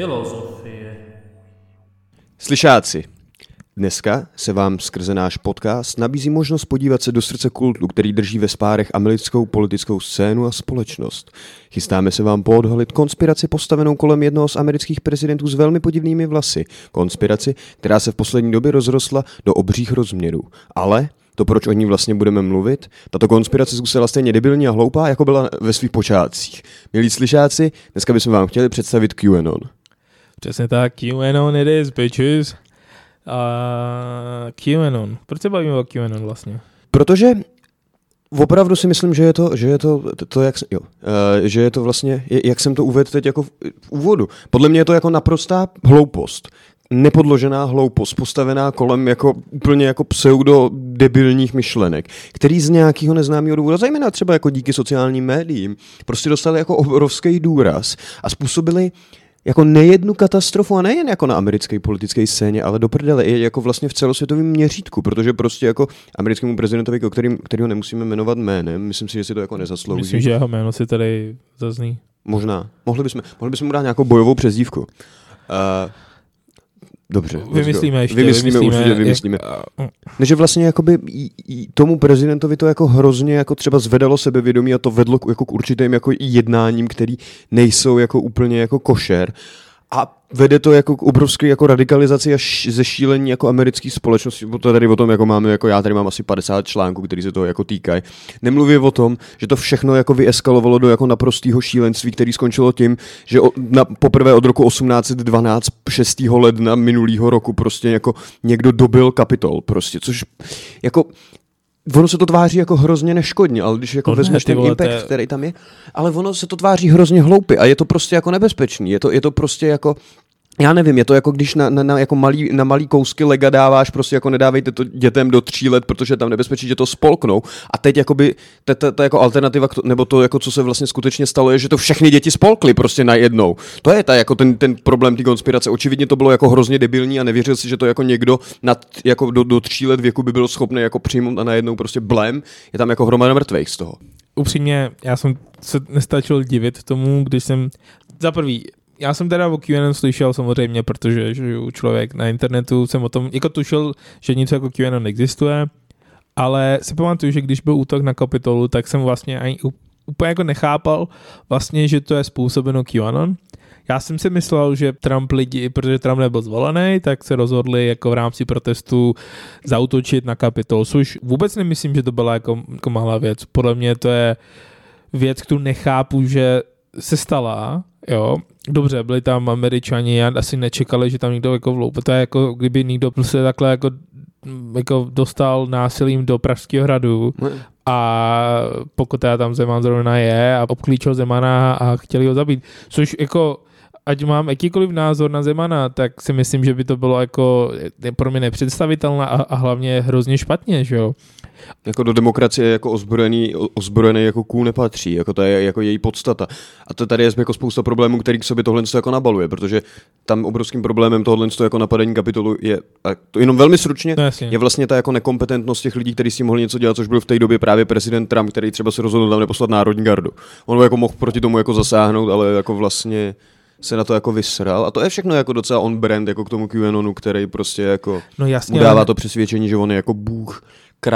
Filozofie. Slyšáci, dneska se vám skrze náš podcast nabízí možnost podívat se do srdce kultu, který drží ve spárech americkou politickou scénu a společnost. Chystáme se vám poodhalit konspiraci postavenou kolem jednoho z amerických prezidentů s velmi podivnými vlasy. Konspiraci, která se v poslední době rozrostla do obřích rozměrů. Ale to, proč o ní vlastně budeme mluvit, tato konspirace zůstala stejně debilní a hloupá, jako byla ve svých počátcích. Milí slyšáci, dneska bychom vám chtěli představit QAnon. Přesně tak, QAnon it is, bitches. QAnon. Proč se bavíme o QAnon vlastně? Protože opravdu si myslím, že je to vlastně, jak jsem to uvedl teď jako v úvodu. Podle mě je to jako naprostá hloupost. Nepodložená hloupost, postavená kolem jako úplně jako pseudo-debilních myšlenek, který z nějakého neznámého důvodu, zejména třeba jako díky sociálním médiím, prostě dostali jako obrovský důraz a způsobili jako nejednu katastrofu, a nejen jako na americké politické scéně, ale do prdele i jako vlastně v celosvětovém měřítku, protože prostě jako americkému prezidentovi, kterýho nemusíme jmenovat jménem, myslím si, že si to jako nezaslouží. Myslím, že jeho jméno si tady zazní. Možná. Mohli bychom mu dát nějakou bojovou přezdívku. Dobře. Vymyslíme. Neže vlastně jakoby tomu prezidentovi to jako hrozně jako třeba zvedalo sebevědomí a to vedlo jako k určitým jako jednáním, který nejsou jako úplně jako košer. A vede to jako k obrovské jako radikalizaci a zešílení jako americké společnosti. To tady o tom jako máme, jako já tady mám asi 50 článků, který se toho jako týkají. Nemluvím o tom, že to všechno jako vyeskalovalo do jako naprostého šílenství, který skončilo tím, že poprvé od roku 1812 6. ledna minulého roku prostě jako někdo dobil Kapitol prostě, což jako ono se to tváří jako hrozně neškodně, ale když jako vezmeš ten impact, který tam je, ale ono se to tváří hrozně hloupě a je to prostě jako nebezpečný. Je to prostě jako, já nevím, je to jako když na malý kousky lega dáváš, prostě jako nedávejte to dětem do 3 let, protože tam nebezpečí, že to spolknou. A teď jakoby ta jako alternativa, nebo to jako co se vlastně skutečně stalo, je, že to všechny děti spolkly prostě najednou. To je jako ten problém té konspirace. Očividně to bylo jako hrozně debilní a nevěřil si, že to jako někdo jako do 3 let věku by byl schopný jako přijmout a najednou prostě blém. Je tam jako hromada mrtvých z toho. Upřímně, já jsem se nestačil divit tomu, když jsem za prvý. Já jsem teda o QAnon slyšel samozřejmě, protože žiju člověk na internetu, jsem o tom jako tušil, že něco jako QAnon existuje, ale si pamatuju, že když byl útok na Kapitolu, tak jsem vlastně ani úplně jako nechápal vlastně, že to je způsobeno QAnon. Já jsem si myslel, že Trump lidi, protože Trump nebyl zvolený, tak se rozhodli jako v rámci protestu zaútočit na Kapitol, což vůbec nemyslím, že to byla jako malá věc. Podle mě to je věc, kterou nechápu, že se stala, jo. Dobře, byli tam Američani, asi nečekali, že tam někdo jako vloupe. To je jako, kdyby někdo prostě takhle jako dostal násilím do Pražského hradu a pokud teda tam Zeman zrovna je a obklíčil Zemana a chtěli ho zabít. Což jako, ať mám jakýkoliv názor na Zemana, tak si myslím, že by to bylo jako pro mě nepředstavitelné a hlavně hrozně špatně, že jo. Jako do demokracie jako ozbrojený jako kůl nepatří, jako to je jako její podstata. A to tady je jako spousta problémů, který k sobě tohle jako nabaluje, protože tam obrovským problémem tohle jako napadení Kapitolu je, a to jenom velmi stručně, je vlastně ta jako nekompetentnost těch lidí, kteří s tím mohli něco dělat, což byl v té době právě prezident Trump, který třeba se rozhodl tam neposlat národní gardu. On jako mohl proti tomu jako zasáhnout, ale jako vlastně se na to jako vysral. A to je všechno jako docela on brand jako k tomu QAnonu, který prostě jako mu dává to přesvědčení, že on je jako bůh,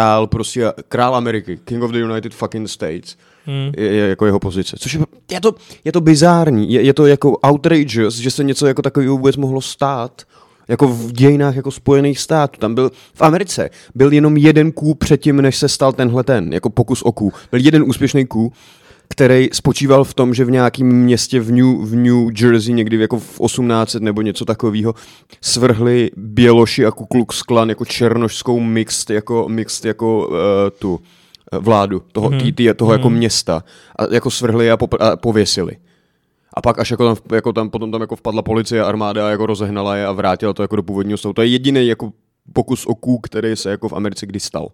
král Ameriky, King of the United fucking States, je jako jeho pozice. Což je to bizární, je to jako outrageous, že se něco jako takového vůbec mohlo stát, jako v dějinách jako Spojených států. Tam byl, v Americe byl jenom jeden coup předtím, než se stal jako pokus o coup. Byl jeden úspěšný coup, který spočíval v tom, že v nějakém městě v New Jersey někdy jako v 1800 nebo něco takového svrhli Běloši a Ku Klux Klan jako černošskou mixed jako tu vládu toho jako města a jako svrhli a pověsili. A pak až jako tam potom tam jako vpadla policie a armáda a jako rozehnala je a vrátila to jako do původního stavu. To je jediný jako pokus o coup, který se jako v Americe kdy stal.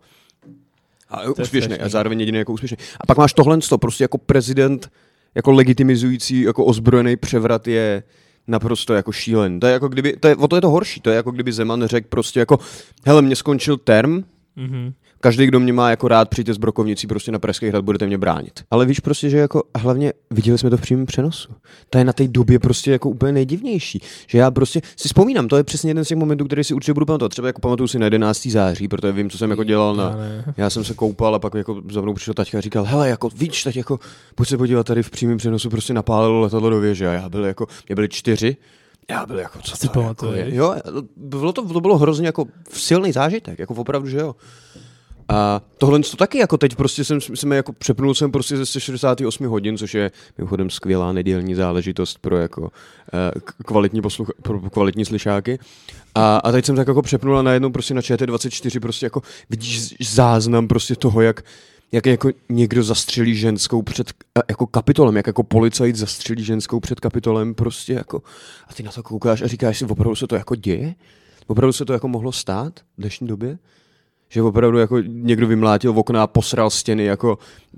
A úspěšný, a zároveň jediný jako úspěšný. A pak máš tohle, prostě jako prezident, jako legitimizující, jako ozbrojený převrat je naprosto jako šílený. To je jako kdyby, o to je to horší, to je jako kdyby Zeman řekl prostě jako, hele, mně skončil term, Mhm. Každý, kdo mě má jako rád, přijďte s brokovnicí prostě na Pražský hrad, budete mě bránit. Ale víš prostě, že jako hlavně viděli jsme to v přímém přenosu. To je na té době prostě jako úplně nejdivnější. Že já prostě si vzpomínám, to je přesně jeden z těch momentů, který si určitě budu pamatovat. Třeba jako pamatuju si na 11. září, protože vím, co jsem jako dělal já jsem se koupal a pak jako za mnou přišel taťka a říkal, hele, jako víš, teď jako pojď se podívat, tady v přímém přenosu prostě napálilo letadlo do věže a já byl jako, mě byli 4. Já byl jako, co to jako je? Jo, to bylo hrozně jako silný zážitek, jako opravdu, že jo. A tohle to taky, jako teď prostě jsem jako přepnul jsem prostě ze 68 hodin, což je mimochodem skvělá nedělní záležitost pro jako kvalitní slyšáky. A teď jsem tak jako přepnul a najednou prostě na ČT24 prostě jako vidíš záznam prostě toho, jak jako někdo zastřelí ženskou před jako Kapitolem, jak jako policajt zastřelí ženskou před Kapitolem prostě jako a ty na to koukáš a říkáš si, opravdu se to jako děje? Opravdu se to jako mohlo stát v dnešní době? Že opravdu jako někdo vymlátil v okna a posral stěny jako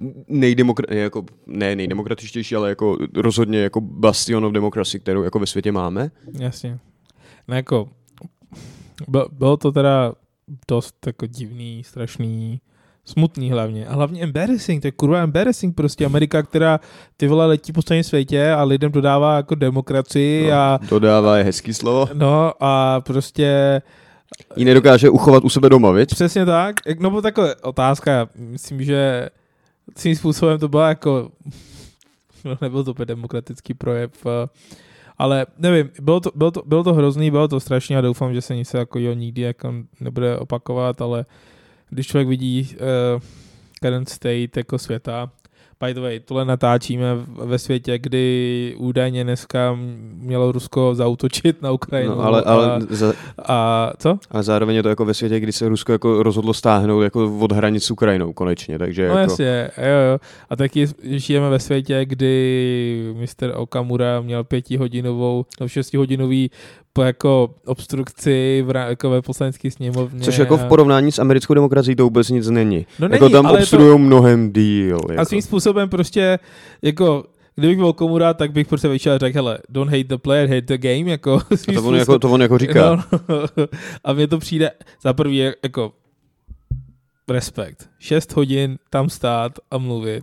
nejdemokratičtější, ale jako rozhodně jako bastion of democracy, kterou jako ve světě máme. Jasně. No jako bylo to teda dost jako divný, strašný, smutný hlavně. A hlavně embarrassing, to je kurva embarrassing prostě. Amerika, která ty vole letí po celém světě a lidem dodává jako demokracii a... Dodává je hezký slovo. No a prostě... Ji nedokáže uchovat u sebe doma, viď? Přesně tak. No bo taková otázka, myslím, že svým způsobem to byla jako... nebyl to úplně demokratický projev, ale nevím, bylo to hrozný, bylo to strašný a doufám, že se nic jako nikdy jako nebude opakovat, ale když člověk vidí current state jako světa, by the way, tohle natáčíme ve světě, kdy údajně dneska mělo Rusko zaútočit na Ukrajinu. No, co? Ale zároveň je to jako ve světě, kdy se Rusko jako rozhodlo stáhnout jako od hranic s Ukrajinou konečně, takže no jako... jasně, jo. A taky žijeme ve světě, kdy Mr. Okamura měl 6hodinový jako obstrukci jako ve poslanecké sněmovně. Což jako v porovnání s americkou demokracií to vůbec nic není. No jako není, tam obstruujou mnohem díl. Jako. A svým způsobem prostě jako kdybych byl Okamura, tak bych prostě vyšel a řekl, hele, don't hate the player, hate the game, jako. To on jako říká. No. A mně to přijde za prvý jako respekt. 6 hodin tam stát a mluvit.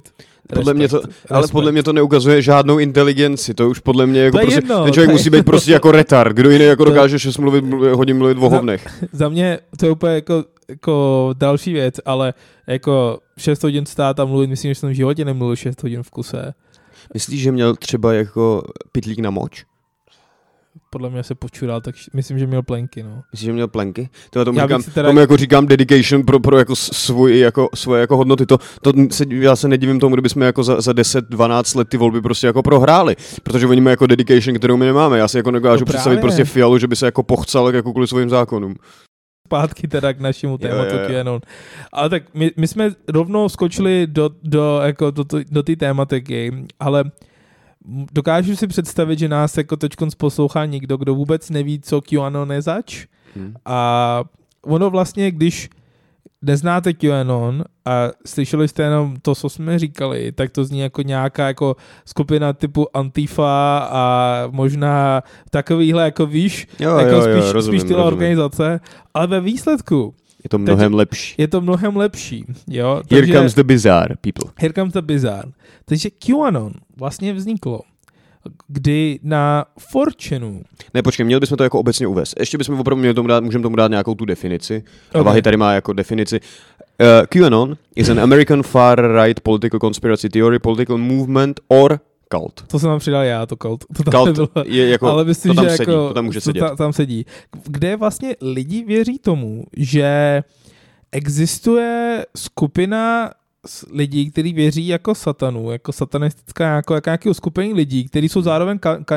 Podle mě to neukazuje žádnou inteligenci, to už podle mě jako prostě, jedno, ten člověk musí být prostě jako retard, kdo jiný jako dokáže 6 hodin mluvit o hovnech. Za mě to je úplně jako další věc, ale jako 6 hodin stát a mluvit, myslím, že jsem v životě nemluvil 6 hodin v kuse. Myslíš, že měl třeba jako pytlík na moč? Podle mě se počural, tak myslím, že měl plenky, no. Myslíš, že měl plenky? Tomu jako říkám dedication pro jako svoje jako hodnoty. Já se nedivím tomu, kdybychom jako za 10-12 let ty volby prostě jako prohráli. Protože oni mají jako dedication, kterou my nemáme. Já si jako nedokážu představit prostě Fialu, že by se jako pochcal jako kvůli svým zákonům. Zpátky teda k našemu tématu QAnon. Ale tak my jsme rovnou skočili do té tématiky, ale dokážu si představit, že nás jako teďkonc poslouchá někdo, kdo vůbec neví, co QAnon je zač. A ono vlastně, když neznáte QAnon a slyšeli jste jenom to, co jsme říkali, tak to zní jako nějaká jako skupina typu Antifa a možná takovýhle, jako víš, spíš tyhle organizace, ale ve výsledku je to mnohem lepší. Je to mnohem lepší, jo. Here comes the bizarre, people. Here comes the bizarre. Takže QAnon vlastně vzniklo, kdy na 4chanu... Ne, počkej, měli bychom to jako obecně uvést. Ještě bychom opravdu můžeme tomu dát nějakou tu definici. Okay. A Vahy tady má jako definici. QAnon is an American far-right political conspiracy theory, political movement or cult. To jsem vám přidal já, to cult. Cult je jako, ale myslím, to tam že sedí, jako, to tam může sedět. Tam sedí. Kde vlastně lidi věří tomu, že existuje skupina lidí, kteří věří jako satanu, jako satanistická, jako nějakého skupiny lidí, kteří jsou zároveň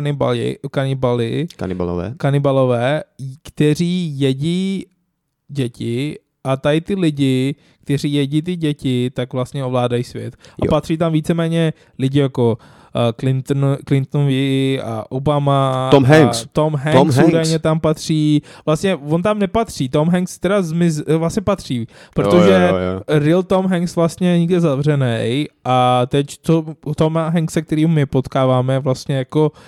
kanibalové, kteří jedí děti a tady ty lidi, kteří jedí ty děti, tak vlastně ovládají svět. A patří tam víceméně lidi jako Clintonovi a Obama. Tom Hanks údajně tam patří. Vlastně on tam nepatří. Tom Hanks teda vlastně patří, protože real Tom Hanks vlastně je někde zavřenej a teď Toma Hankse, kterýho my potkáváme, vlastně jako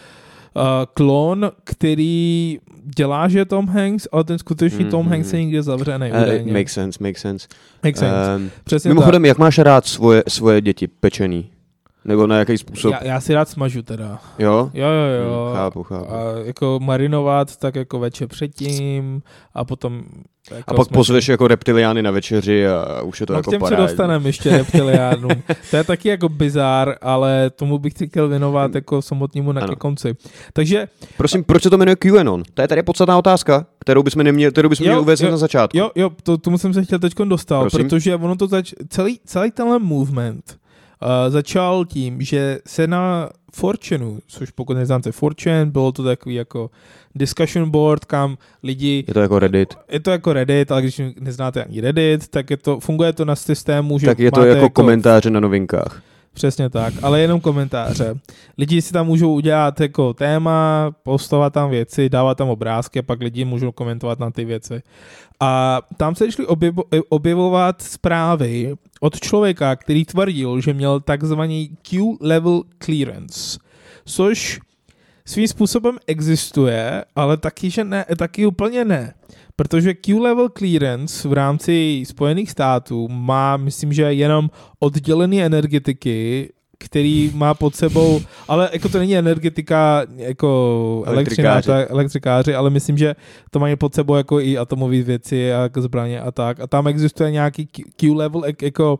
klon, který dělá, že je Tom Hanks, ale ten skutečný Tom Hanks je někde zavřený. Makes sense. Přesně mimochodem, tak. jak máš rád svoje děti pečený? Nebo na jaký způsob? Já si rád smažu teda. Jo? Jo. Chápu. A jako marinovat tak jako večer předtím a potom... Jako a pak pozveš jako reptiliány na večeři a už je to jako parádní. K těm se dostaneme ještě reptiliánům. To je taky jako bizár, ale tomu bych si chtěl věnovat jako samotnému na konci. Takže... Prosím, proč se to jmenuje QAnon? To je tady podstatná otázka, kterou bychom měli uvést na začátku. Jo, tomu jsem se chtěl teď dostal, protože ono to celý tenhle movement začal tím, že se na 4chanu, což pokud neznáte 4chan, bylo to takový jako discussion board, kam lidi... Je to jako Reddit. Je to jako Reddit, ale když neznáte ani Reddit, tak funguje to na systému, že tak je to jako komentáře na novinkách. Přesně tak, ale jenom komentáře. Lidi si tam můžou udělat jako téma, postovat tam věci, dávat tam obrázky a pak lidi můžou komentovat na ty věci. A tam se šli objevovat zprávy od člověka, který tvrdil, že měl takzvaný Q-level clearance, což svým způsobem existuje, ale taky úplně ne. Protože Q-level clearance v rámci Spojených států má, myslím, že jenom oddělený energetiky, který má pod sebou, ale jako to není energetika jako elektrikáři, ale myslím, že to mají pod sebou jako i atomové věci a zbraně a tak. A tam existuje nějaký Q-level jako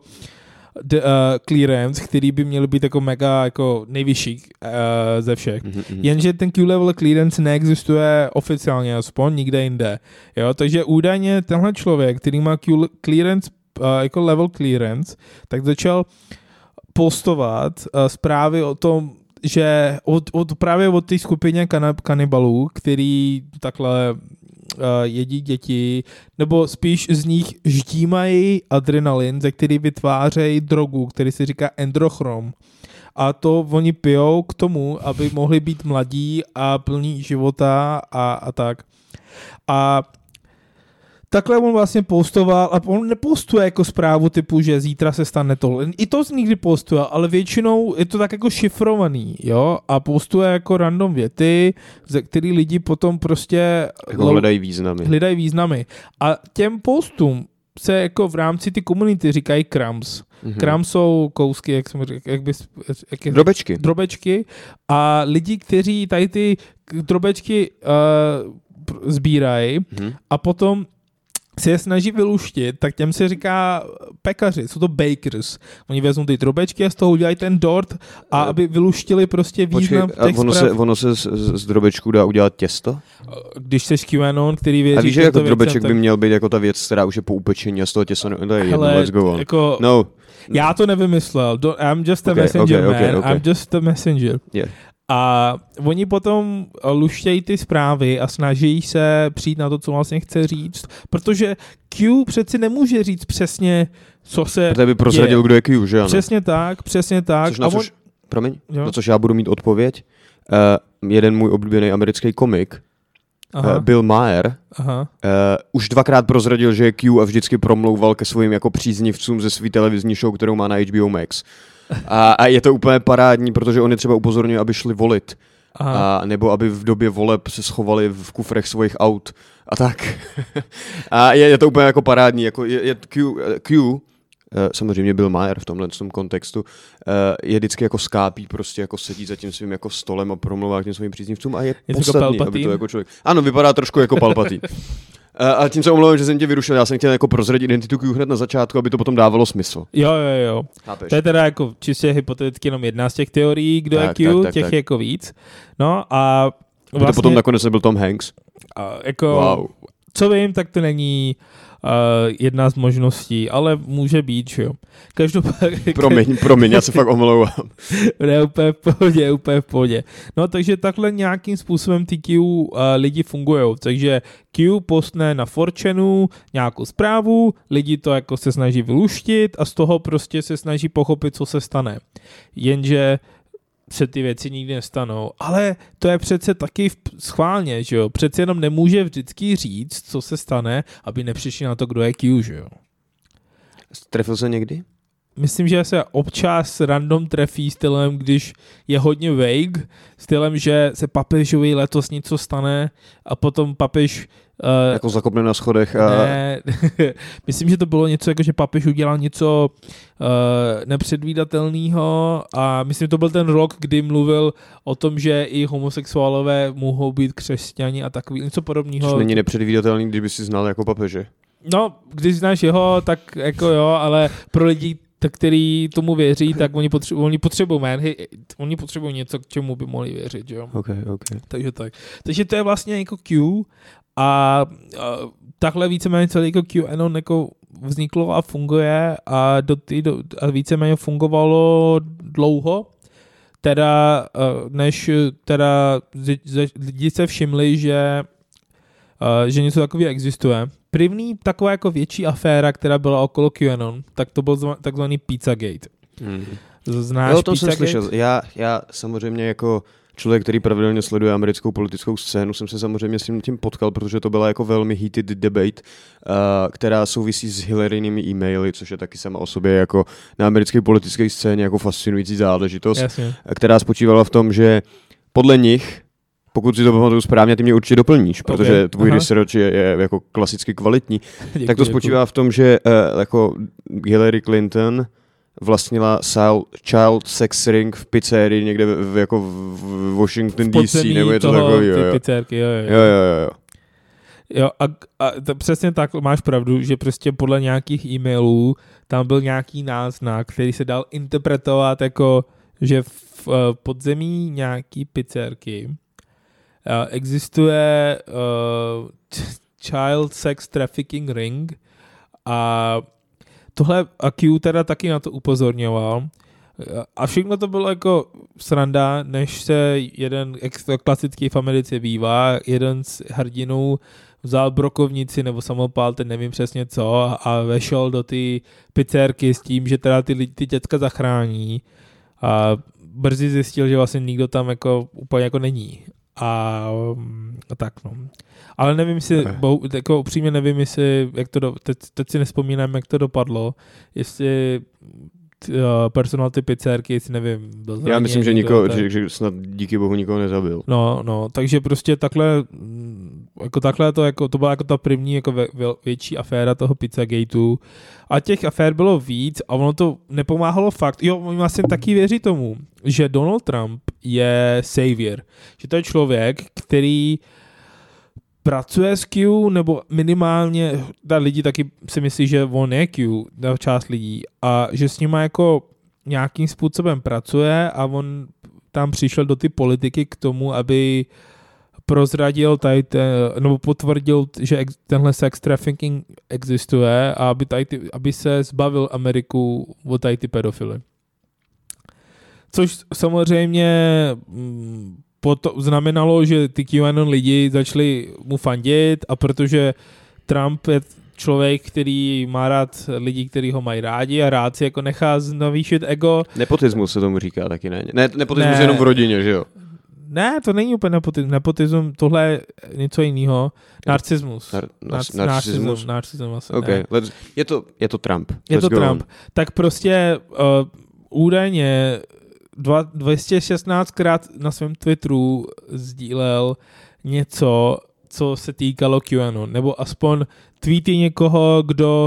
clearance, který by měl být jako mega jako nejvyšší ze všech. Jenže ten Q-level clearance neexistuje oficiálně, aspoň nikde jinde. Jo? Takže údajně tenhle člověk, který má clearance, jako level clearance, tak začal postovat zprávy o tom, že právě od té skupině kanibalů, který takhle jedí děti, nebo spíš z nich ždímají adrenalin, ze který vytvářejí drogu, který se říká endrochrom. A to oni pijou k tomu, aby mohli být mladí a plní života a tak. A takhle on vlastně postoval, a on nepostuje jako zprávu typu, že zítra se stane tohle. I to někdy postuje, ale většinou je to tak jako šifrovaný, jo? A postuje jako random věty, ze který lidi potom prostě... Jako hledají významy. A těm postům se jako v rámci ty komunity říkají crumbs. Crumbs jsou kousky, drobečky. A lidi, kteří tady ty drobečky sbírají a potom si je snaží vyluštit, tak těm se říká pekaři, jsou to bakers. Oni vezmou ty drobečky a z toho udělají ten dort a aby vyluštili prostě význam těch zpráv. Ono se z drobečku dá udělat těsto? Když seš QAnon, který věří... A víš, že jako drobeček by měl být jako ta věc, která už je po upečení a z toho těsto... Let's go on. Jako, no. Já to nevymyslel. I'm just a messenger, man. I'm just a messenger. Yeah. A oni potom luštějí ty zprávy a snaží se přijít na to, co vlastně chce říct, protože Q přeci nemůže říct přesně, co se Protože by prozradil, kdo je Q, že ano? Přesně tak. Na což já budu mít odpověď. Jeden můj oblíbený americký komik, Bill Maher, už 2krát prozradil, že je Q a vždycky promlouval ke svým jako příznivcům ze svý televizní show, kterou má na HBO Max. A je to úplně parádní, protože on je třeba upozorňuje, aby šli volit. Nebo aby v době voleb se schovali v kufrech svých aut a tak. A je to úplně jako parádní. Jako je Q, samozřejmě Bill Maher v tomhle kontextu, je vždycky jako skápí, prostě jako sedí za tím svým jako stolem a promlouvá k těm svým příznivcům a je podstatný, aby to jako člověk... Ano, vypadá trošku jako Palpatine. A tím se omlouvám, že jsem tě vyrušil. Já jsem chtěl jako prozradit identitu Q hned na začátku, aby to potom dávalo smysl. Jo. Chápeš? To je teda jako čistě hypoteticky jenom jedna z těch teorií, kdo je Q, těch je jako víc. No a vlastně... To potom nakonec nebyl Tom Hanks. Wow. Co vím, tak to není jedna z možností, ale může být, že jo. Každopádně... Promiň, já se fakt omlouvám. Ne, úplně v pohodě. No, takže takhle nějakým způsobem ty Q lidi fungujou. Takže Q postne na 4chanu nějakou zprávu, lidi to jako se snaží vyluštit a z toho prostě se snaží pochopit, co se stane. Jenže se ty věci nikdy nestanou. Ale to je přece taky schválně, že jo. Přece jenom nemůže vždycky říct, co se stane, aby nepřišli na to, kdo je Q, že jo. Trefil se někdy? myslím, že se občas random trefí stylem, když je hodně vague, stylem, že se papežovi letos něco stane a potom papež jako zakopne na schodech. A... Ne, myslím, že to bylo něco, jako že papež udělal něco nepředvídatelného a myslím, že to byl ten rok, kdy mluvil o tom, že i homosexuálové mohou být křesťani a takový něco podobného. Což není nepředvídatelný, kdyby si znal jako papeže. No, když znáš jeho, tak jako jo, ale pro lidi, který tomu věří, tak oni potřebují něco, k čemu by mohli věřit, jo. Okay. Takže tak. Takže to je vlastně jako Q a takhle víceméně celý jako QAnon jako vzniklo a funguje a víceméně fungovalo dlouho, teda než teda lidi se všimli, že něco takového existuje. První taková jako větší aféra, která byla okolo QAnon, tak to byl takzvaný Pizzagate. Znáš jo, to Pizzagate? jsem slyšel. Já samozřejmě jako člověk, který pravidelně sleduje americkou politickou scénu, jsem se samozřejmě s tím potkal, protože to byla jako velmi heated debate, která souvisí s Hillarynými e-maily, což je taky sama o sobě jako na americké politické scéně jako fascinující záležitost, Jasně. která spočívala v tom, že podle nich, pokud si to pamatuju správně, ty mě určitě doplníš, protože tvůj research je jako klasicky kvalitní, tak to spočívá v tom, že jako Hillary Clinton vlastnila child sex ring v pizzerii někde jako v Washington DC, nebo něco takového. Jo, a to přesně tak, máš pravdu, že prostě podle nějakých e-mailů tam byl nějaký náznak, který se dal interpretovat jako, že v podzemí nějaký pizzerky existuje child sex trafficking ring a tohle a Q teda taky na to upozorňoval a všechno to bylo jako sranda, než se jeden klasický v Americe bývá, jeden z hrdinů vzal brokovnici nebo samopál, ten nevím přesně co a vešel do ty pizzerky s tím, že teda ty děcka zachrání a brzy zjistil, že vlastně nikdo tam jako úplně jako není. A tak no. Ale nevím si, jako upřímně nevím, jestli, jak to teď si nespomínám, jak to dopadlo, jestli personál ty pizzerky, jestli nevím. Já myslím, že že snad díky bohu nikoho nezabil. No, takže prostě takhle to byla jako ta první jako větší aféra toho Pizzagateu a těch afér bylo víc a ono to nepomáhalo fakt. Jo, oni vlastně taky věří tomu, že Donald Trump je savior, že to je člověk, který pracuje s Q, nebo minimálně lidi taky si myslí, že on je Q, část lidí, a že s nima jako nějakým způsobem pracuje a on tam přišel do ty politiky k tomu, aby prozradil nebo potvrdil, že tenhle sex trafficking existuje a aby se zbavil Ameriku od tady ty pedofily. Což samozřejmě znamenalo, že ty QAnon lidi začali mu fandit a protože Trump je člověk, který má rád lidi, kteří ho mají rádi a rád si jako nechá navýšit ego. Nepotismus se tomu říká taky, ne? Nepotismus jenom v rodině, že jo? Ne, to není úplně nepotismus, tohle je něco jiného. Narcismus. Narcismus. Okay. Je to Trump. Je to Trump. Tak prostě údajně 216krát na svém Twitteru sdílel něco, co se týkalo QAnon, nebo aspoň tweety někoho,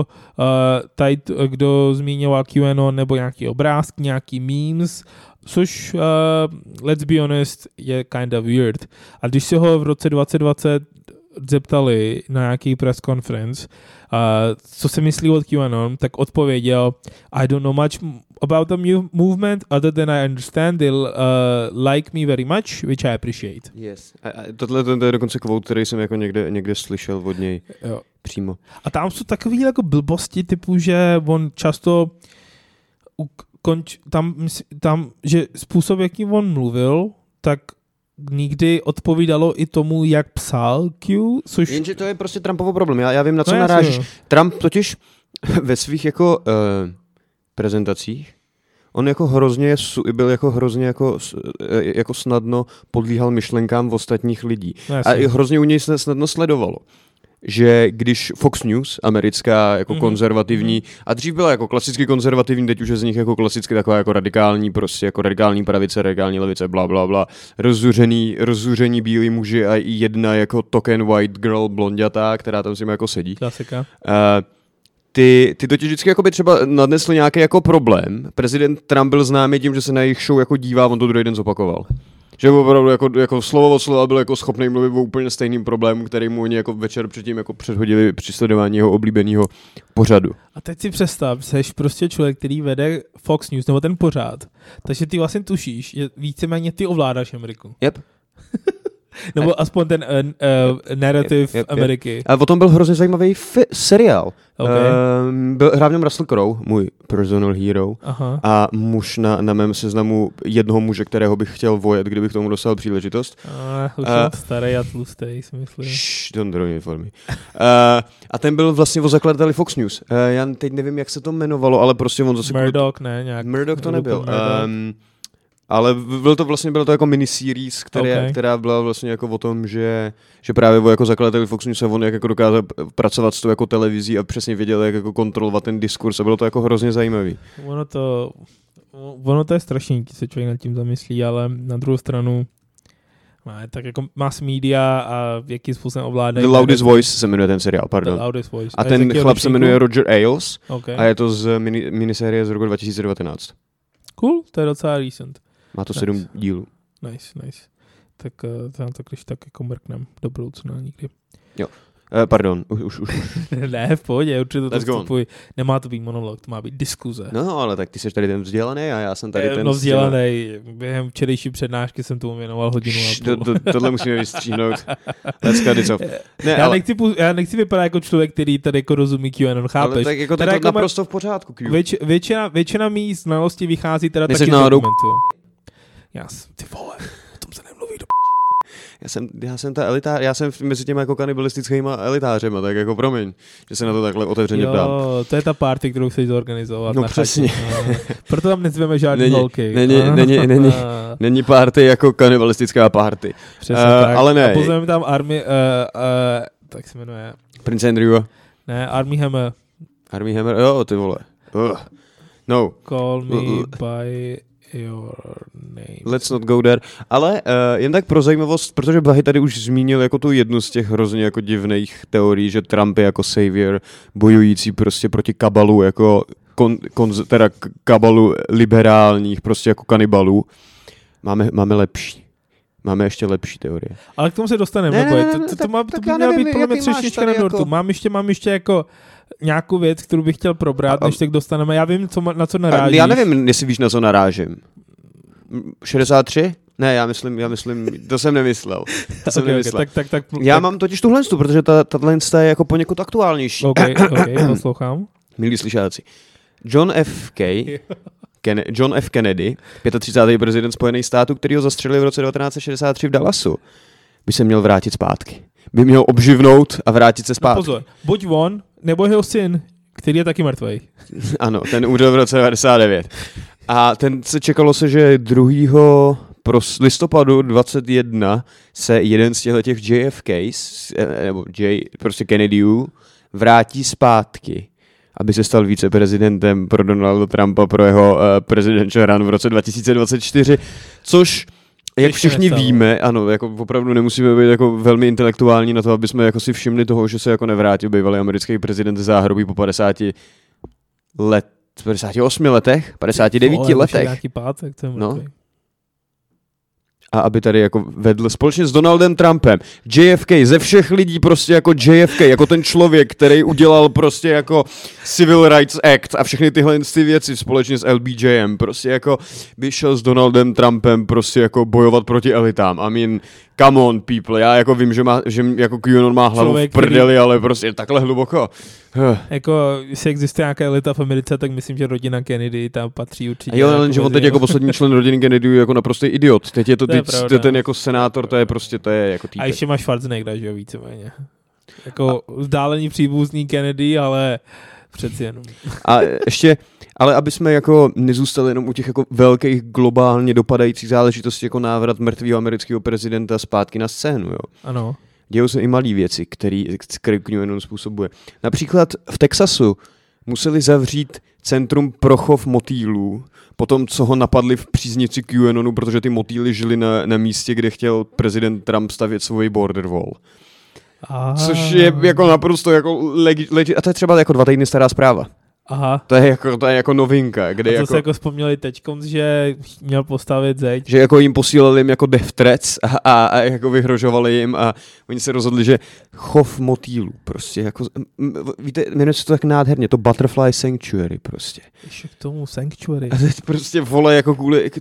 kdo zmiňoval QAnon, nebo nějaký obrázk, nějaký memes, což, let's be honest, je kind of weird. A když se ho v roce 2020 zeptali na nějaký press conference, co se myslí od QAnon, tak odpověděl, I don't know much about the movement, other than I understand they'll like me very much, which I appreciate. Yes. Tohle to je dokonce quote, který jsem jako někde slyšel od něj přímo. A tam jsou takové jako blbosti typu, že on často tam, že způsob, jakým on mluvil, tak nikdy odpovídalo i tomu, jak psal Q, což... Jenže to je prostě Trumpovo problém. Já vím, na co narážíš. Trump totiž ve svých jako prezentacích, on jako hrozně byl jako hrozně jako snadno podlíhal myšlenkám ostatních lidí. A hrozně u něj snadno sledovalo. že když Fox News, americká jako konzervativní, a dřív byla jako klasicky konzervativní, teď už je z nich jako klasicky taková jako radikální, prostě jako radikální pravice, radikální levice, bla, bla, bla, rozzuření bílí muži a i jedna jako token white girl blondětá, která tam si jako sedí. Klasika. Ty totiž vždycky jakoby třeba nadnesl nějaký jako problém. Prezident Trump byl známý tím, že se na jejich show jako dívá, on to druhý den zopakoval. Že opravdu jako slovo od slova byl jako schopný mluvit o úplně stejným problému, který mu oni jako večer předtím jako předhodili při sledování jeho oblíbeného pořadu. A teď si představ, jsi prostě člověk, který vede Fox News nebo ten pořád, takže ty vlastně tušíš, že víceméně ty ovládáš Ameriku. Yep. Nebo aspoň ten narrative Ameriky. A o tom byl hrozně zajímavý seriál. Okay. Hrál v něm Russell Crowe, můj personal hero. Aha. A muž na mém seznamu jednoho muže, kterého bych chtěl vojet, kdybych tomu dostal příležitost. Už jsem starý a tlustý, si myslím. Don't ruin it for me. A ten byl vlastně o zakladateli Fox News. Já teď nevím, jak se to jmenovalo, ale prostě on zase... Murdoch, ne? Nějak Murdoch to nebyl. Ale bylo to jako miniseries, která byla vlastně jako o tom, že právě jako zakladatel Fox News on jak jako dokázal pracovat s tou jako televizí a přesně věděl, jak jako kontrolovat ten diskurs a bylo to jako hrozně zajímavý. Ono to je strašný, když se člověk nad tím zamyslí, ale na druhou stranu tak jako mass media a jakým způsobem ovládají. The Loudest Voice se jmenuje ten seriál, pardon. The Loudest Voice. A ten chlap se jmenuje Roger Ailes a je to z minisérie z roku 2019. Cool, to je docela recent. Má to 7 dílů. Nice. Tak to když tak jako mrknem do budoucna někdy. Jo. Pardon, už. Ne, v pohodě, určitě to vstupuj. Nemá to být monolog, to má být diskuze. No, ale tak ty jsi tady ten vzdělaný a já jsem tady ten... No vzdělaný, během včerejší přednášky jsem tomu věnoval hodinu a půl. Tohle musíme vystříhnout. Let's cut it off. Ne, já nechci vypadat jako člověk, který tady jako rozumí QAnon, chápeš? Ale tak jako to jako naprosto v pořádku. Většina mých znalostí vychází teda taky z dokumentu. Ty vole, o tom se nemluví do Já jsem ta elitář, já jsem mezi těma jako kanibalistickýma elitářema, tak jako promiň, že se na to takhle otevřeně ptám. Jo, to je ta party, kterou chceš zorganizovat. No přesně. Proto tam nezveme žádný holky. Není party jako kanibalistická party. Přesně tak. Ale ne. A pozveme tam Army, tak se jmenuje. Prince Andrew. Ne, Army Hammer. Army Hammer, jo, ty vole. No. Call me by your name. Let's not go there. Ale jen tak pro zajímavost, protože Blahy tady už zmínil jako tu jednu z těch hrozně jako divných teorií, že Trump je jako savior bojující prostě proti kabalu, jako teda kabalu liberálních, prostě jako kanibalů. Máme lepší. Máme ještě lepší teorie. Ale k tomu se dostaneme. To by měla být podle mě třešnička na dortu. Mám ještě jako nějakou věc, kterou bych chtěl probrat, než tak dostaneme. Já vím, na co narážíš. Já nevím, jestli víš, na co narážím. 63? Ne, já myslím, to jsem nemyslel. Tak, já mám totiž tuhle, protože tahle je jako poněkud aktuálnější. OK, poslouchám. Milí slyšáci. John F. Kennedy, 35. prezident Spojených států, který ho zastřelil v roce 1963 v Dallasu, by se měl vrátit zpátky. By měl obživnout a vrátit se zpátky. No pozor, buď on, nebo jeho syn, který je taky mrtvej. Ano, ten umřel v roce 1999. A ten se čekalo se, že 2. listopadu 21 se jeden z těch JFKs, nebo prostě Kennedyů, vrátí zpátky, aby se stal viceprezidentem pro Donalda Trumpa pro jeho presidential run v roce 2024, což jak všichni víme, ano, jako opravdu nemusíme být jako velmi intelektuální na to, aby jsme jako si všimli toho, že se jako nevrátil bývalý americký prezident ze záhrobí po 58 letech, 59 letech. Nějaký pátek, to je mrtvý. A aby tady jako vedl společně s Donaldem Trumpem JFK, ze všech lidí prostě jako JFK, jako ten člověk, který udělal prostě jako Civil Rights Act a všechny tyhle ty věci společně s LBJem, prostě jako by šel s Donaldem Trumpem prostě jako bojovat proti elitám. I mean, come on people, já jako vím, že jako QAnon má hlavu člověk, v prdeli, ale prostě takhle hluboko. Jako, jestli existuje nějaká elita v Americe, tak myslím, že rodina Kennedy tam patří určitě. A jo, ale že on teď jako poslední člen rodiny Kennedy jako naprostý idiot. Teď je to ten jako senátor, to je jako týpek. A ještě máš Schwarzeneggera, že jo, víceméně. Jako vzdálený příbuzný Kennedy, ale přeci jenom. A ještě, ale aby jsme jako nezůstali jenom u těch jako velkých globálně dopadajících záležitostí, jako návrat mrtvého amerického prezidenta zpátky na scénu, jo. Ano. dějou se i malé věci, které QAnon způsobuje. Například v Texasu museli zavřít centrum pro chov motýlů, potom co ho napadli v příznivci QAnonu, protože ty motýly žili na místě, kde chtěl prezident Trump stavět svoji border wall. Což je jako naprosto jako a to je třeba jako 2 týdny stará zpráva. Aha. To je jako novinka. Kde a to jako, se jako vzpomněli teďkom, že měl postavit zeď. Že jako jim posílali jim jako death threats a jako vyhrožovali jim a oni se rozhodli, že chov motýlů prostě jako, víte, jmenuje se to tak nádherně, to Butterfly Sanctuary prostě. Ještě k tomu Sanctuary. A teď prostě vole jako kvůli,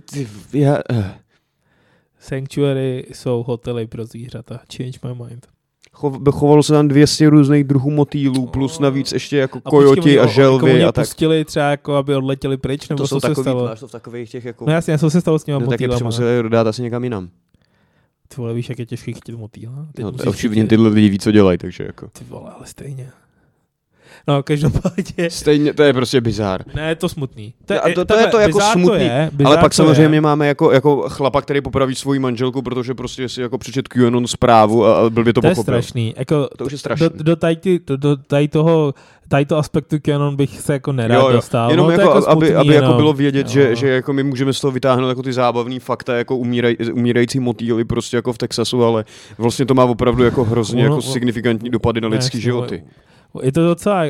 Sanctuary jsou hotely pro zvířata. Change my mind. Chovalo se tam 200 různých druhů motýlů, plus navíc ještě jako kojoti a želvy jako a tak. Pustili třeba jako, aby odletěli pryč, nebo to co se stalo? Máš to v takových těch jako... No jasně, co se stalo s těma motýlama? Tak je přemuseli dát asi někam jinam. Ty vole, víš, jak je těžký chytit motýla? No, očividně tyhle lidi ví, co dělají, takže jako... Ty vole, ale stejně. No, každopádně... Stejně, to je prostě bizár. Ne, je to smutný. To je to jako smutný, ale pak samozřejmě máme jako chlapa, který popraví svoji manželku, protože prostě si jako přečet QAnon zprávu a blbě to pochopil. To je strašný. Jako, to už je strašný. Do tady toho aspektu QAnon bych se jako nerad dostal. Jenom no, jako, jako smutný, aby jako bylo vědět, že jako my můžeme z toho vytáhnout jako ty zábavný fakta, jako umírající motýly prostě jako v Texasu, ale vlastně to má opravdu jako hrozně jako signifikantní dopady na lidský životy. Je to docela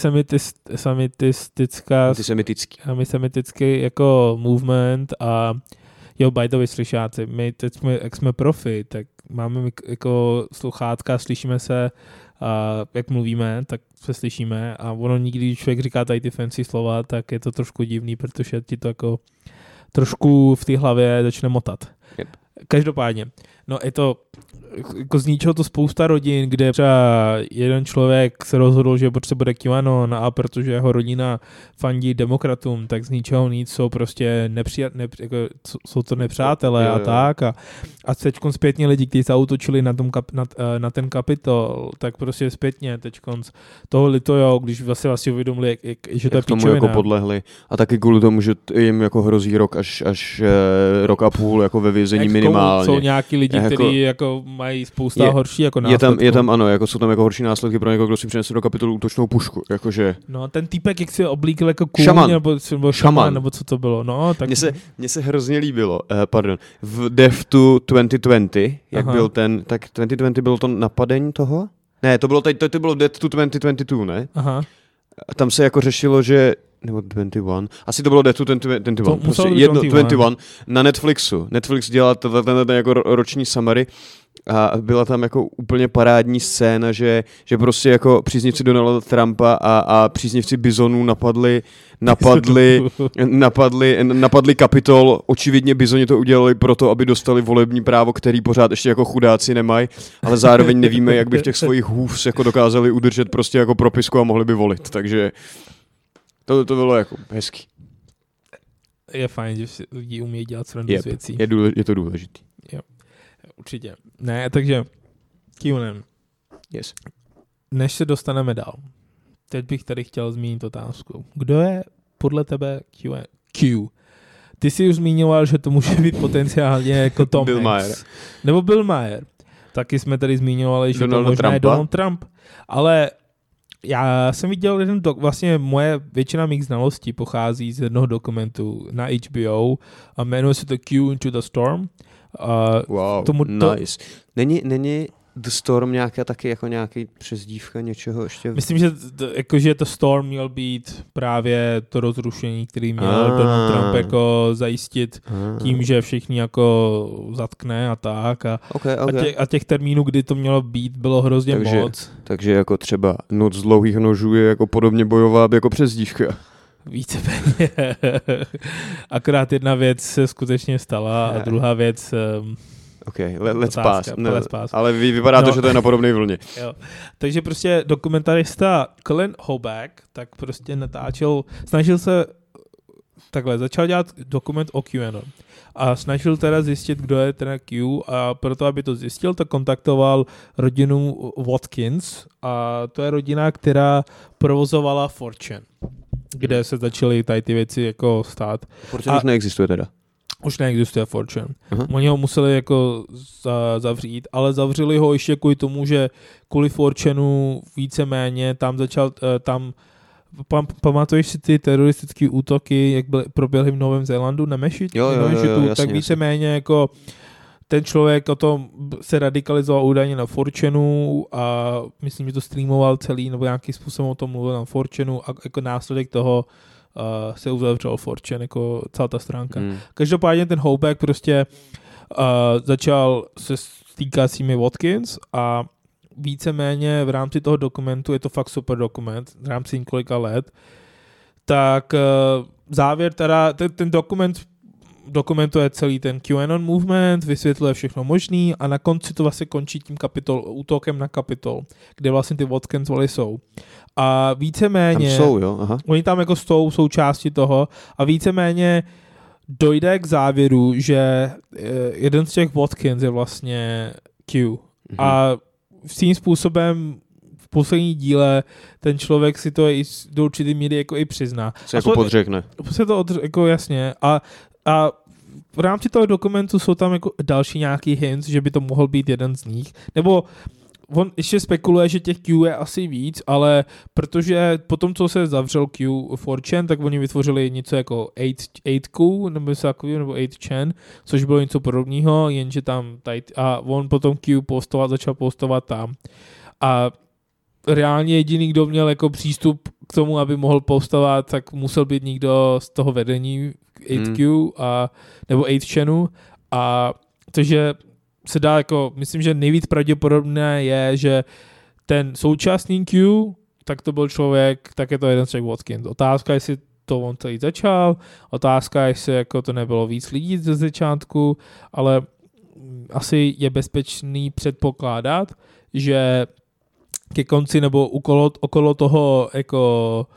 antisemitický jako movement a jo, by the way, slyšáci, my teď jsme profi, tak máme jako sluchátka, slyšíme se a jak mluvíme, tak se slyšíme a ono nikdy, když člověk říká tady ty fancy slova, tak je to trošku divný, protože ti to jako trošku v té hlavě začne motat. Yep. Každopádně, no je to jako zničilo to spousta rodin, kde třeba jeden člověk se rozhodl, že prostě bude QAnon a protože jeho rodina fandí demokratům, tak z ničeho nic jsou prostě jako, jsou to nepřátelé a tak a teďkon zpětně lidi, kteří zaútočili na ten Kapitol, tak prostě zpětně teďkon toho litujou, když vlastně uvědomili, že to je tomu jako podlehli a taky kvůli tomu, že jim jako hrozí rok až rok a půl jako ve vězení minimálně. Jsou nějaký lidi, kteří jako mají spousta horší jako následků. Je tam ano, jako jsou tam jako horší následky pro někoho, kdo si přinese do Kapitolu útočnou pušku, jakože. No ten týpek, jak si oblíkl jako kůň, nebo šaman, nebo co to bylo, no. Tak... Mně se hrozně líbilo, v Death-to 2020, jak byl ten, tak 2020 bylo to napadení toho? Ne, to bylo Death-to 2022, ne? Aha. A tam se jako řešilo, že nebo 21. Asi to bylo Death to 21. Prostě 21 na Netflixu. Netflix dělal ten jako roční summary a byla tam jako úplně parádní scéna, že prostě jako příznivci Donalda Trumpa a příznivci Bizonů napadli Kapitol. Očividně Bizoni to udělali proto, aby dostali volební právo, který pořád ještě jako chudáci nemají, ale zároveň nevíme, jak by v těch svojich hůvs jako dokázali udržet prostě jako propisku a mohli by volit. Takže to bylo jako hezký. Je fajn, že lidi umějí dělat srandu z věcí. Je to důležitý. Jo, určitě. Ne, takže QAnon. Yes. Než se dostaneme dál, teď bych tady chtěl zmínit otázku. Kdo je podle tebe Q? Ty jsi už zmiňoval, že to může být potenciálně jako Tom Bill Hanks. Maher. Nebo Bill Maher. Taky jsme tady zmiňovali, že to možná je Donald Trump. Ale já jsem viděl jeden vlastně moje většina mých znalostí pochází z jednoho dokumentu na HBO a jmenuje se to Q Into the Storm. Wow, nice. Není The Storm nějaká taky jako nějaký přezdívka něčeho ještě? Myslím, že to Storm měl být právě to rozrušení, který měl Donald Trump jako zajistit tím, že všichni jako zatkne a tak. Okay. A těch termínů, kdy to mělo být, bylo hrozně moc. Takže jako třeba Noc z dlouhých nožů je jako podobně bojová jako přezdívka. Víceméně. Akorát jedna věc se skutečně stala a druhá věc... let's pass. Ale vypadá to, že to je na podobné vlně. Jo. Takže prostě dokumentarista Colin Hobback tak prostě snažil se začal dělat dokument o QAnon a snažil teda zjistit, kdo je teda Q a proto, aby to zjistil, to kontaktoval rodinu Watkins a to je rodina, která provozovala 4chan, kde se začaly tady ty věci jako stát. 4chan už neexistuje teda. už neexistuje 4chan. Oni ho museli jako zavřít, ale zavřeli ho ještě kvůli tomu, že kvůli 4chanu víceméně tam začal, pamatuješ si ty teroristické útoky, jak proběhly v Novém Zélandu na Mešitu? Tak víceméně jako ten člověk o tom se radikalizoval údajně na 4chanu a myslím, že to streamoval celý, nebo nějakým způsobem o tom mluvil na 4chanu a jako následek toho se uzavřel 4chan, jako celá ta stránka. Každopádně ten Hoback prostě začal se stýkat s těmi Watkins a víceméně v rámci toho dokumentu, je to fakt super dokument, v rámci několika let, tak závěr teda, ten dokumentuje celý ten QAnon movement, vysvětluje všechno možný a na konci to vlastně končí tím útokem na Kapitol, kde vlastně ty Watkins jsou. A víceméně... Tam jsou, jo? Aha. Oni tam jako jsou části toho a víceméně dojde k závěru, že jeden z těch Watkins je vlastně Q. A tím způsobem v poslední díle ten člověk si to do určitý míry jako i přizná. Se jako podřekne. Se to jako jasně. A v rámci toho dokumentu jsou tam jako další nějaký hints, že by to mohl být jeden z nich. Nebo on ještě spekuluje, že těch Q je asi víc, ale protože potom, co se zavřel Q4chan, tak oni vytvořili něco jako 8Q, nebo 8chan, což bylo něco podobného, jenže tam a on potom Q začal postovat tam. A reálně jediný, kdo měl jako přístup k tomu, aby mohl postovat, tak musel být někdo z toho vedení 8Q nebo 8chanu a takže se dá jako, myslím, že nejvíc pravděpodobné je, že ten současný Q, tak to byl člověk, tak je to jeden z těch Watkins. Otázka, jestli to on celý začal, otázka, jestli jako to nebylo víc lidí ze začátku, ale asi je bezpečný předpokládat, že ke konci nebo okolo toho jako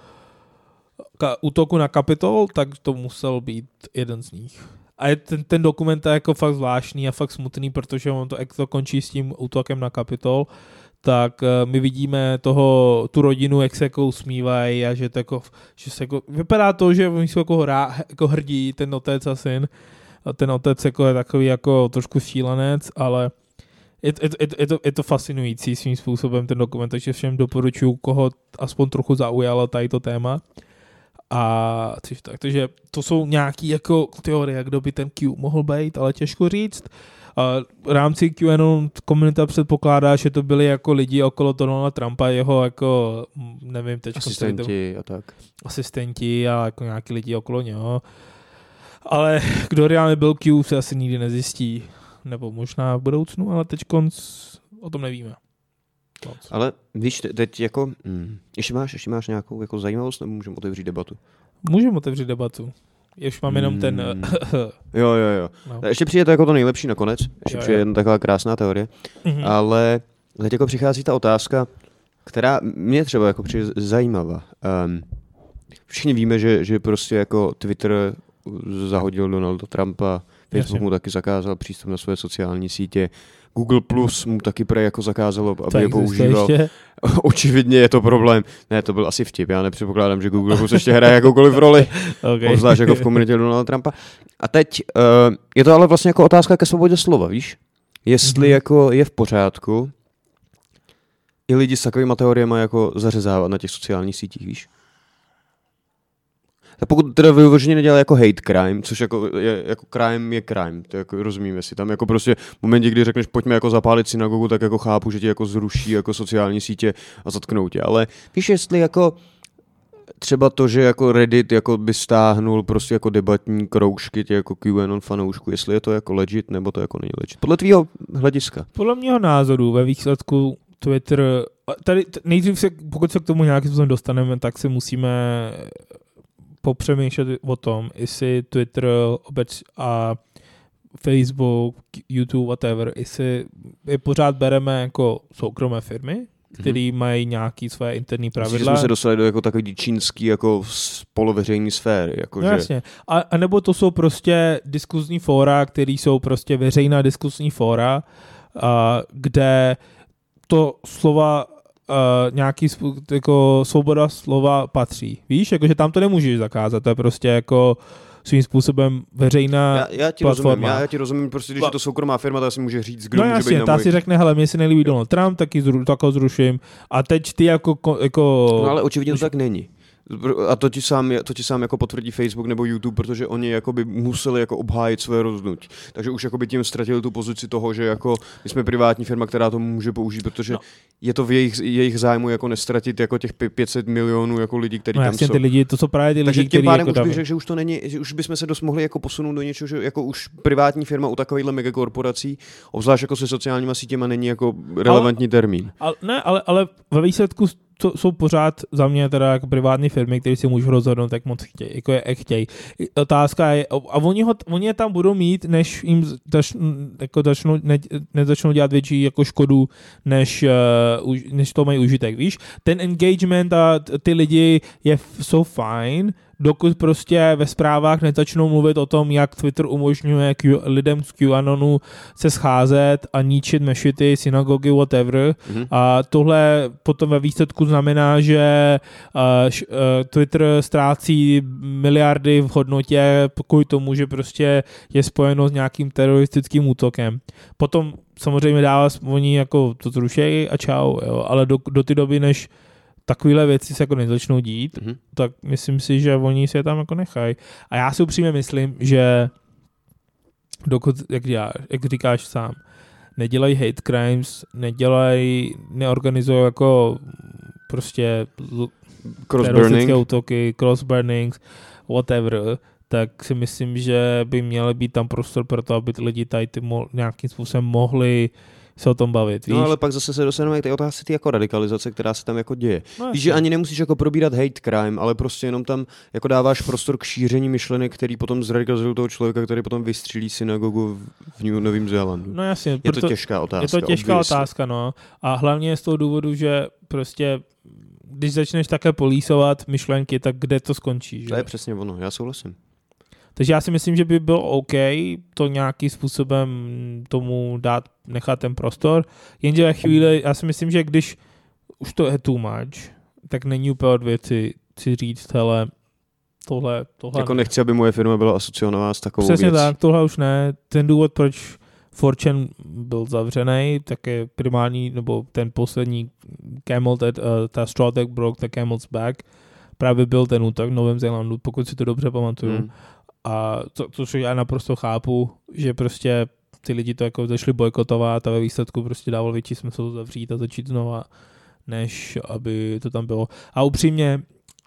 útoku na Kapitol, tak to musel být jeden z nich. A je ten dokument je jako fakt zvláštní a fakt smutný, protože on to končí s tím útokem na Kapitol, tak my vidíme tu rodinu, jak se jako usmívají a že se jako vypadá to, že oni jsou jako hrdí, ten otec a syn. A ten otec jako je takový jako trošku šílenec, ale je to fascinující svým způsobem ten dokument, takže všem doporučuji, koho aspoň trochu zaujalo tady to téma. A takže to jsou nějaký jako teorie, kdo by ten Q mohl být, ale těžko říct. V rámci QAnon komunita předpokládá, že to byli jako lidi okolo Donalda Trumpa, jeho jako, nevím, teď asistenti a tak. Asistenti a jako nějaký lidi okolo něho. Ale kdo reálně byl Q, se asi nikdy nezjistí. Nebo možná v budoucnu, ale teď o tom nevíme. Ale víš, teď jako, ještě máš nějakou jako zajímavost, nebo můžeme otevřít debatu? Můžeme otevřít debatu. Už mám jenom ten... Jo. No. Ještě přijde to jako to nejlepší nakonec. Ještě přijde jedna taková krásná teorie. Ale teď jako přichází ta otázka, která mě třeba jako přijde zajímavá. Všichni víme, že prostě jako Twitter zahodil Donalda Trumpa, Facebook mu taky zakázal přístup na své sociální sítě, Google Plus mu taky jako zakázalo, aby je používal. Očividně je to problém. Ne, to byl asi vtip. Já nepředpokládám, že Google Plus ještě hraje jakoukoliv roli. Okay. Zvlášť jako v komunitě Donalda Trumpa. A teď je to ale vlastně jako otázka ke svobodě slova, víš? Jestli jako je v pořádku i lidi s takovýma teoriemi jako zařezávat na těch sociálních sítích, víš? Tak pokud teda vyloženě nedělá jako hate crime, což jako crime je crime, to jako rozumíme si. Tam jako prostě v momentě, kdy řekneš pojďme jako zapálit synagogu, tak jako chápu, že ti jako zruší jako sociální sítě a zatknou tě. Ale víš, jestli jako třeba to, že jako Reddit jako by stáhnul prostě jako debatní kroužky těch jako QAnon fanoušků, jestli je to jako legit, nebo to jako není legit. Podle tvýho hlediska. Podle mého názoru ve výsledku Twitter, tady nejdřív pokud se k tomu nějakým způsobem dostaneme, tak si musíme popřemýšlet o tom, jestli Twitter a Facebook, YouTube, whatever, jestli je pořád bereme jako soukromé firmy, které mají nějaké své interní pravidla. Myslím, že jsme se dostali do jako takový čínský jako poloveřejný sféry. Jako no, jasně. A nebo to jsou prostě diskuzní fóra, které jsou prostě veřejná diskuzní fóra, kde to slova nějaký jako svoboda slova patří. Víš, jakože tam to nemůžeš zakázat, to je prostě jako svým způsobem veřejná platforma. Já ti rozumím, prostě když je to soukromá firma, tak si může říct, kdo no může jasně, být na můj... si řekne, hele, mně se nelíbí Donald Trump, tak ho zruším. A teď ty jako... No ale očividně to tak není. A to ti sám jako potvrdí Facebook nebo YouTube, protože oni jakoby museli jako obhájit své rozhodnutí. Takže už jakoby tím ztratili tu pozici toho, že jako my jsme privátní firma, která to může použít, protože je to v jejich zájmu jako nestratit jako těch 500 milionů jako lidí, kteří tam jsou. Ty lidi, to jsou právě ty lidi, takže tím pádem jako už bych řekl, že už to není, že už bychom se dost mohli jako posunout do něčeho, že jako už privátní firma u takovýchhle megakorporací, obzvlášť jako se sociálníma sítěma, není jako relevantní termín. Ale ve výsledku to jsou pořád za mě teda jako privátní firmy, které si můžou rozhodnout, jak moc chtějí, jako jak chtějí. Otázka je, a oni je tam budou mít, než jim nezačnou dělat větší jako škodu, než to mají užitek, víš? Ten engagement a ty lidi jsou fajn, dokud prostě ve zprávách nezačnou mluvit o tom, jak Twitter umožňuje lidem z QAnonu se scházet a ničit mešity, synagogy, whatever. Mm-hmm. A tohle potom ve výsledku znamená, že Twitter ztrácí miliardy v hodnotě, pokud tomu, že prostě je spojeno s nějakým teroristickým útokem. Potom samozřejmě dává oni jako to zrušejí a čau, jo. Ale do té doby, než takovéhle věci se jako nezačnou dít, tak myslím si, že oni se tam jako nechají. A já si upřímně myslím, že dokud, jak říkáš sám, nedělají hate crimes, neorganizují jako prostě teroristické útoky, cross-burnings, whatever, tak si myslím, že by měl být tam prostor pro to, aby ty lidi tady nějakým způsobem mohli se o tom bavit, víš? No ale pak zase se dostaneme k té otázce ty jako radikalizace, která se tam jako děje. No, víš, že ani nemusíš jako probírat hate crime, ale prostě jenom tam jako dáváš prostor k šíření myšlenek, který potom zradikalizují toho člověka, který potom vystřílí synagogu v Novém Zélandu. No jasně. Je to těžká otázka. Je to těžká otázka, no. A hlavně z toho důvodu, že prostě když začneš také polísovat myšlenky, tak kde to skončí, že? To je přesně ono, já souhlasím. Takže já si myslím, že by bylo OK to nějakým způsobem tomu nechat ten prostor, jenže ve chvíli, já si myslím, že když už to je too much, tak není úplně od věci si říct, hele, tohle jako nechci, aby moje firma byla asociovaná s takovou přesně věcí. Tak, tohle už ne. Ten důvod, proč 4chan byl zavřený, tak je primární, nebo ten poslední camel, ta straw that broke the camel's back, právě byl ten útok v Novém Zélandu, pokud si to dobře pamatuju. A což já naprosto chápu, že prostě ty lidi to jako začali bojkotovat a ve výsledku prostě dávalo větší smysl to zavřít a začít znova, než aby to tam bylo. A upřímně,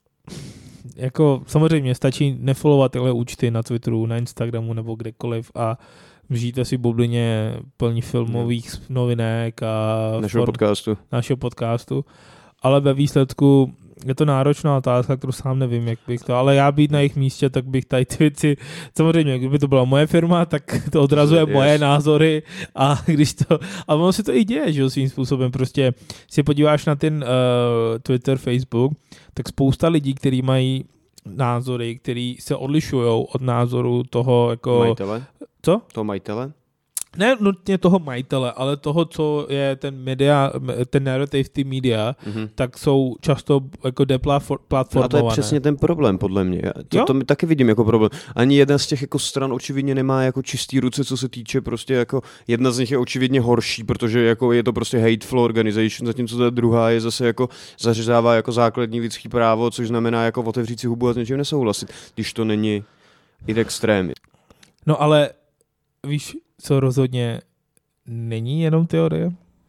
jako samozřejmě stačí nefollowovat tyhle účty na Twitteru, na Instagramu nebo kdekoliv a žijte si v bublině plní filmových novinek a našeho podcastu. Ale ve výsledku je to náročná otázka, kterou sám nevím, jak bych to, ale já být na jejich místě, tak bych tady ty věci, samozřejmě, kdyby to byla moje firma, tak to odrazuje moje názory a ono si to i děje, že svým způsobem, prostě si podíváš na ten Twitter, Facebook, tak spousta lidí, kteří mají názory, který se odlišují od názoru toho jako... Majitele? Co? Toho majitele? Ne nutně toho majitele, ale toho, co je ten narrative, ty media, tak jsou často jako deplatformované. No a to je přesně ten problém, podle mě. To my taky vidím jako problém. Ani jedna z těch jako stran očividně nemá jako čistý ruce, co se týče prostě jako jedna z nich je očividně horší, protože jako je to prostě hateful organization, zatímco ta druhá je zase jako zařezává jako základní lidský právo, což znamená jako otevřít si hubu a s něčím nesouhlasit, když to není i extrémy. No ale víš, co rozhodně není jenom teorie?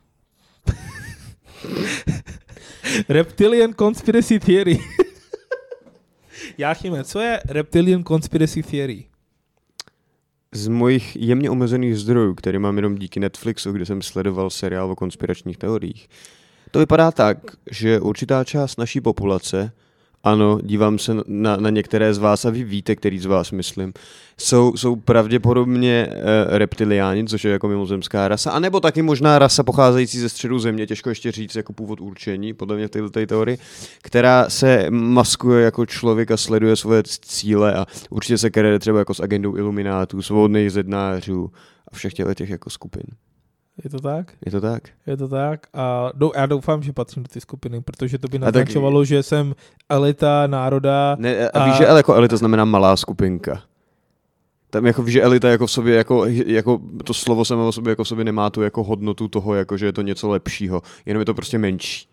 Reptilian Conspiracy Theory. Jáchyme, co je Reptilian Conspiracy Theory? Z mojich jemně omezených zdrojů, které mám jenom díky Netflixu, kde jsem sledoval seriál o konspiračních teoriích, to vypadá tak, že určitá část naší populace, ano, dívám se na některé z vás a vy víte, který z vás myslím, jsou pravděpodobně reptiliáni, což je jako mimozemská rasa, anebo taky možná rasa pocházející ze středu země, těžko ještě říct jako původ určení, podle mě v této teorii, která se maskuje jako člověk a sleduje svoje cíle a určitě se krede třeba jako s agendou iluminátů, svobodných zednářů a všech těch jako skupin. Je to tak? Je to tak. Je to tak a já doufám, že patřím do ty skupiny, protože to by naznačovalo, že jsem elita národa. Ne, a víš, že jako elita znamená malá skupinka. Tam jako, že elita jako v sobě, jako to slovo samo o sobě jako v sobě nemá tu jako hodnotu toho, jako že je to něco lepšího, jenom je to prostě menší.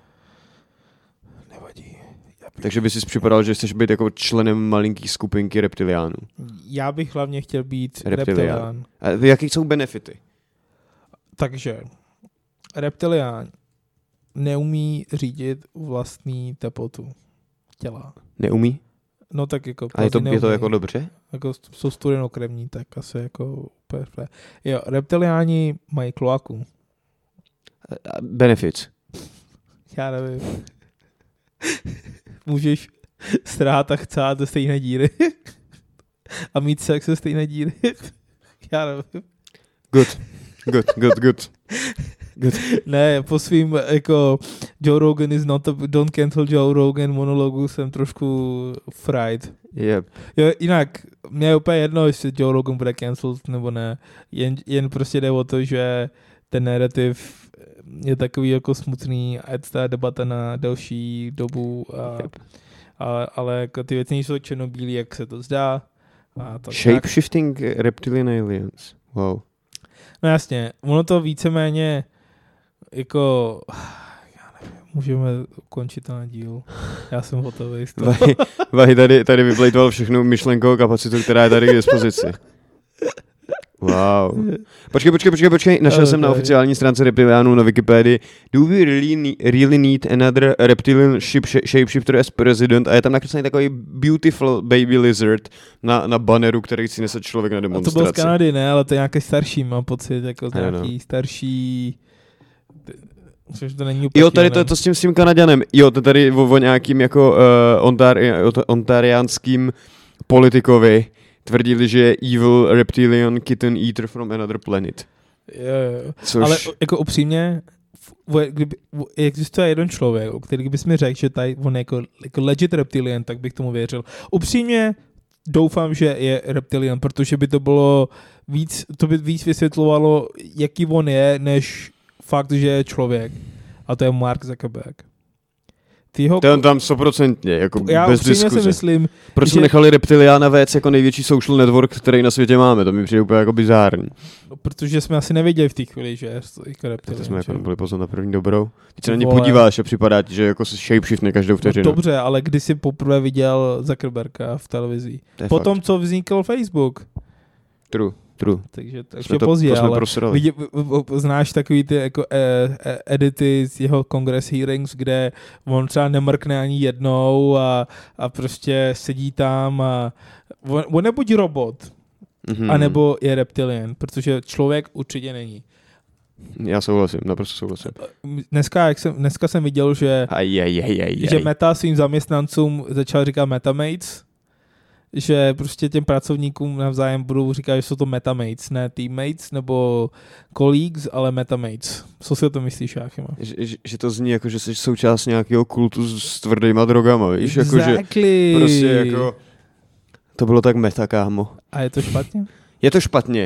Nevadí. Takže by si připadal, že chceš být jako členem malinký skupinky reptiliánů. Já bych hlavně chtěl být reptilián. A jaký jsou benefity? Takže reptilián neumí řídit vlastní teplotu těla. Neumí? No tak jako... A je to jako dobře? Jako jsou studenokrevní, tak asi jako úplně fajn. Jo, reptiliáni mají kloaku. Benefits? Já nevím. Můžeš strát a chcát ze stejné díry. A mít sex ze stejné díry. Já nevím. Good. Ne, po svým jako Joe Rogan is not a, don't cancel Joe Rogan monologu jsem trošku fried. Yep. Jo, jinak, mě je úplně jedno, jestli Joe Rogan bude cancelled nebo ne. Jen prostě jde o to, že ten narrativ je takový jako smutný a je to debata na delší dobu. Ale jako ty věci nejsou černobílý, jak se to zdá. Shape-shifting reptilian aliens. Wow. No jasně, ono to víceméně jako, já nevím, můžeme ukončit ten díl. Já jsem hotový. Vahy tady vyplejtoval všechnu myšlenkovou kapacitu, která je tady k dispozici. Wow. Počkej. Našel jsem na oficiální stránce reptiliánů na Wikipedii. Do we really need another reptilian shapeshifter as president? A je tam nakreslený takový beautiful baby lizard na banneru, který si nese člověk na demonstraci. A to bylo z Kanady, ne? Ale to je nějaký starší, mám pocit, jako nějaký starší... Což to není úplně. Jo, tady to s tím Kanaďanem. Jo, to tady o nějakým jako ontariánským politikovi tvrdili, že je evil reptilian kitten eater from another planet. Jo. Což... Ale jako upřímně, existuje jeden člověk, o který bys mi řekl, že tady on je jako legit reptilian, tak bych tomu věřil. Upřímně doufám, že je reptilian, protože by to bylo víc, to by víc vysvětlovalo, jaký on je, než fakt, že je člověk. A to je Mark Zuckerberg. Ten tam 100%, jako já bez diskuze. Si myslím, proč jsme nechali Reptiliána vést jako největší social network, který na světě máme? To mi přijde úplně jako bizární. No, protože jsme asi nevěděli v té chvíli, že je jako Reptilián. To jsme jako byli poznat na první dobrou. Teď se na ně podíváš a připadá ti, že jako se shapeshiftne každou vteřinu. No, dobře, ale kdy jsi poprvé viděl Zuckerberga v televizi? Potom, fakt. Co vznikl Facebook. True. Takže pozdě, ale znáš takový ty jako edity z jeho Congress hearings, kde on třeba nemrkne ani jednou a prostě sedí tam a on je buď robot, anebo je reptilian, protože člověk určitě není. Já souhlasím, naprosto souhlasím. Dneska jsem viděl, že Meta svým zaměstnancům začal říkat Metamates, že prostě těm pracovníkům navzájem budou říkat, že jsou to metamates, ne teammates nebo colleagues, ale metamates. Co si o to myslíš, Jáchyma? Že to zní jako, že jsi součást nějakého kultu s tvrdýma drogama, víš? Exactly. Jako, že prostě jako... To bylo tak meta, kámo. A je to špatně? Je to špatně.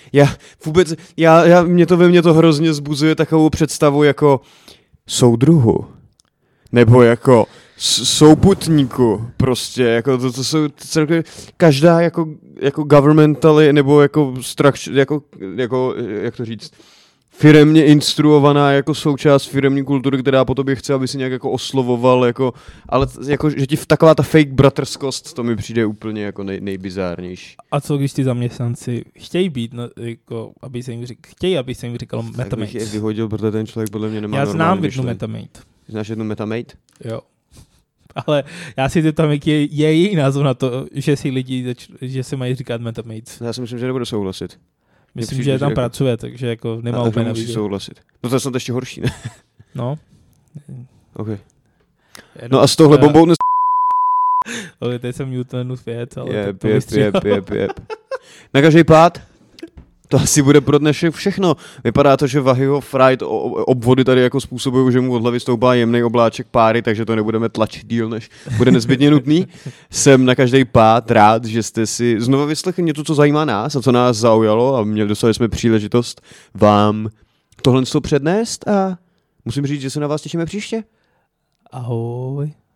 Ve mně to hrozně zbuzuje takovou představu jako soudruhu. Nebo jako souputníku, prostě, jako to jsou celkově, každá jako governmentally, nebo jako structure, jako jak to říct, firemně instruovaná jako součást firemní kultury, která po tobě chce, aby si nějak jako oslovoval, jako, ale jako, že ti taková ta fake bratrskost, to mi přijde úplně jako nejbizárnější. A co když ty zaměstnanci chtějí být, no, jako, aby se jim říkalo metamate? Tak bych je vyhodil, protože ten člověk podle mě nemá normální myšlení. Já znám jednu metamate. Znáš jednu metamate? Jo. Ale já si zeptám, jaký je její názor na to, že si lidi, že se mají říkat metamates. Já si myslím, že nebudu souhlasit. Myslím, že tam pracuje, takže jako nemá úplně na musí souhlasit. No to je snad ještě horší, ne? No. OK. No a s touhle bombou Ale teď jsem Newtonu věc, ale Jep. Na každý pád? To asi bude pro dnešek všechno. Vypadá to, že Vahyho fried obvody tady jako způsobují, že mu od hlavy stoupá jemný obláček páry, takže to nebudeme tlačit díl, než bude nezbytně nutný. Jsem na každý pád rád, že jste si znovu vyslechli něco, co zajímá nás a co nás zaujalo a dostali jsme příležitost vám tohle přednést a musím říct, že se na vás těšíme příště. Ahoj.